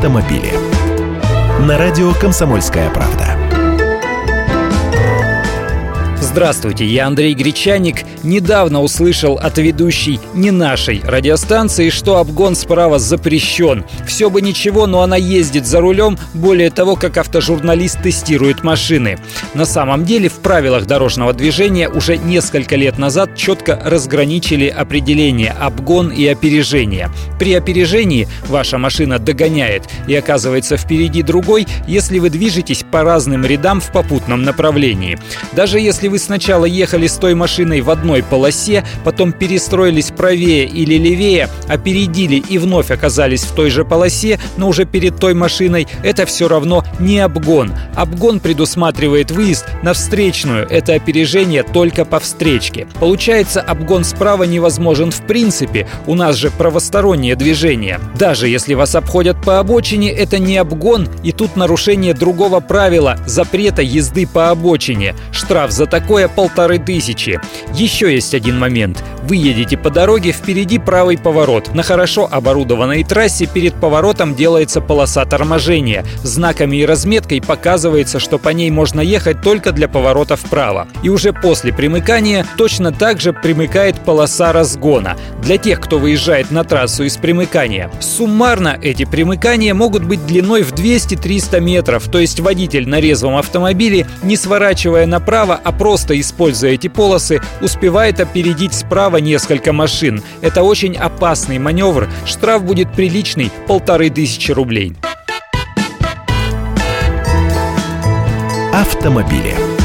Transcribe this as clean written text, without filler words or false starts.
автомобили. На радио «Комсомольская правда». Здравствуйте, я Андрей Гречаник. Недавно услышал от ведущей не нашей радиостанции, что обгон справа запрещен. Все бы ничего, но она ездит за рулем, более того, как автожурналист тестирует машины. На самом деле в правилах дорожного движения уже несколько лет назад четко разграничили определение обгон и опережение. При опережении ваша машина догоняет и оказывается впереди другой, если вы движетесь по разным рядам в попутном направлении. Даже если вы сначала ехали с той машиной в одной полосе, потом перестроились правее или левее, опередили и вновь оказались в той же полосе, но уже перед той машиной, это все равно не обгон. Обгон предусматривает выезд на встречную, это опережение только по встречке. Получается, обгон справа невозможен в принципе, у нас же правостороннее движение. Даже если вас обходят по обочине, это не обгон, и тут нарушение другого правила – запрета езды по обочине. Штраф за такое 1500. Еще есть один момент. Вы едете по дороге, впереди правый поворот. На хорошо оборудованной трассе перед поворотом делается полоса торможения. Знаками и разметкой показывается, что по ней можно ехать только для поворота вправо. И уже после примыкания точно так же примыкает полоса разгона. Для тех, кто выезжает на трассу из примыкания. Суммарно эти примыкания могут быть длиной в 200-300 метров. То есть водитель на резвом автомобиле, не сворачивая направо, а просто используя эти полосы, успевает опередить справа несколько машин. Это очень опасный маневр. Штраф будет приличный – 1500 рублей. Автомобили.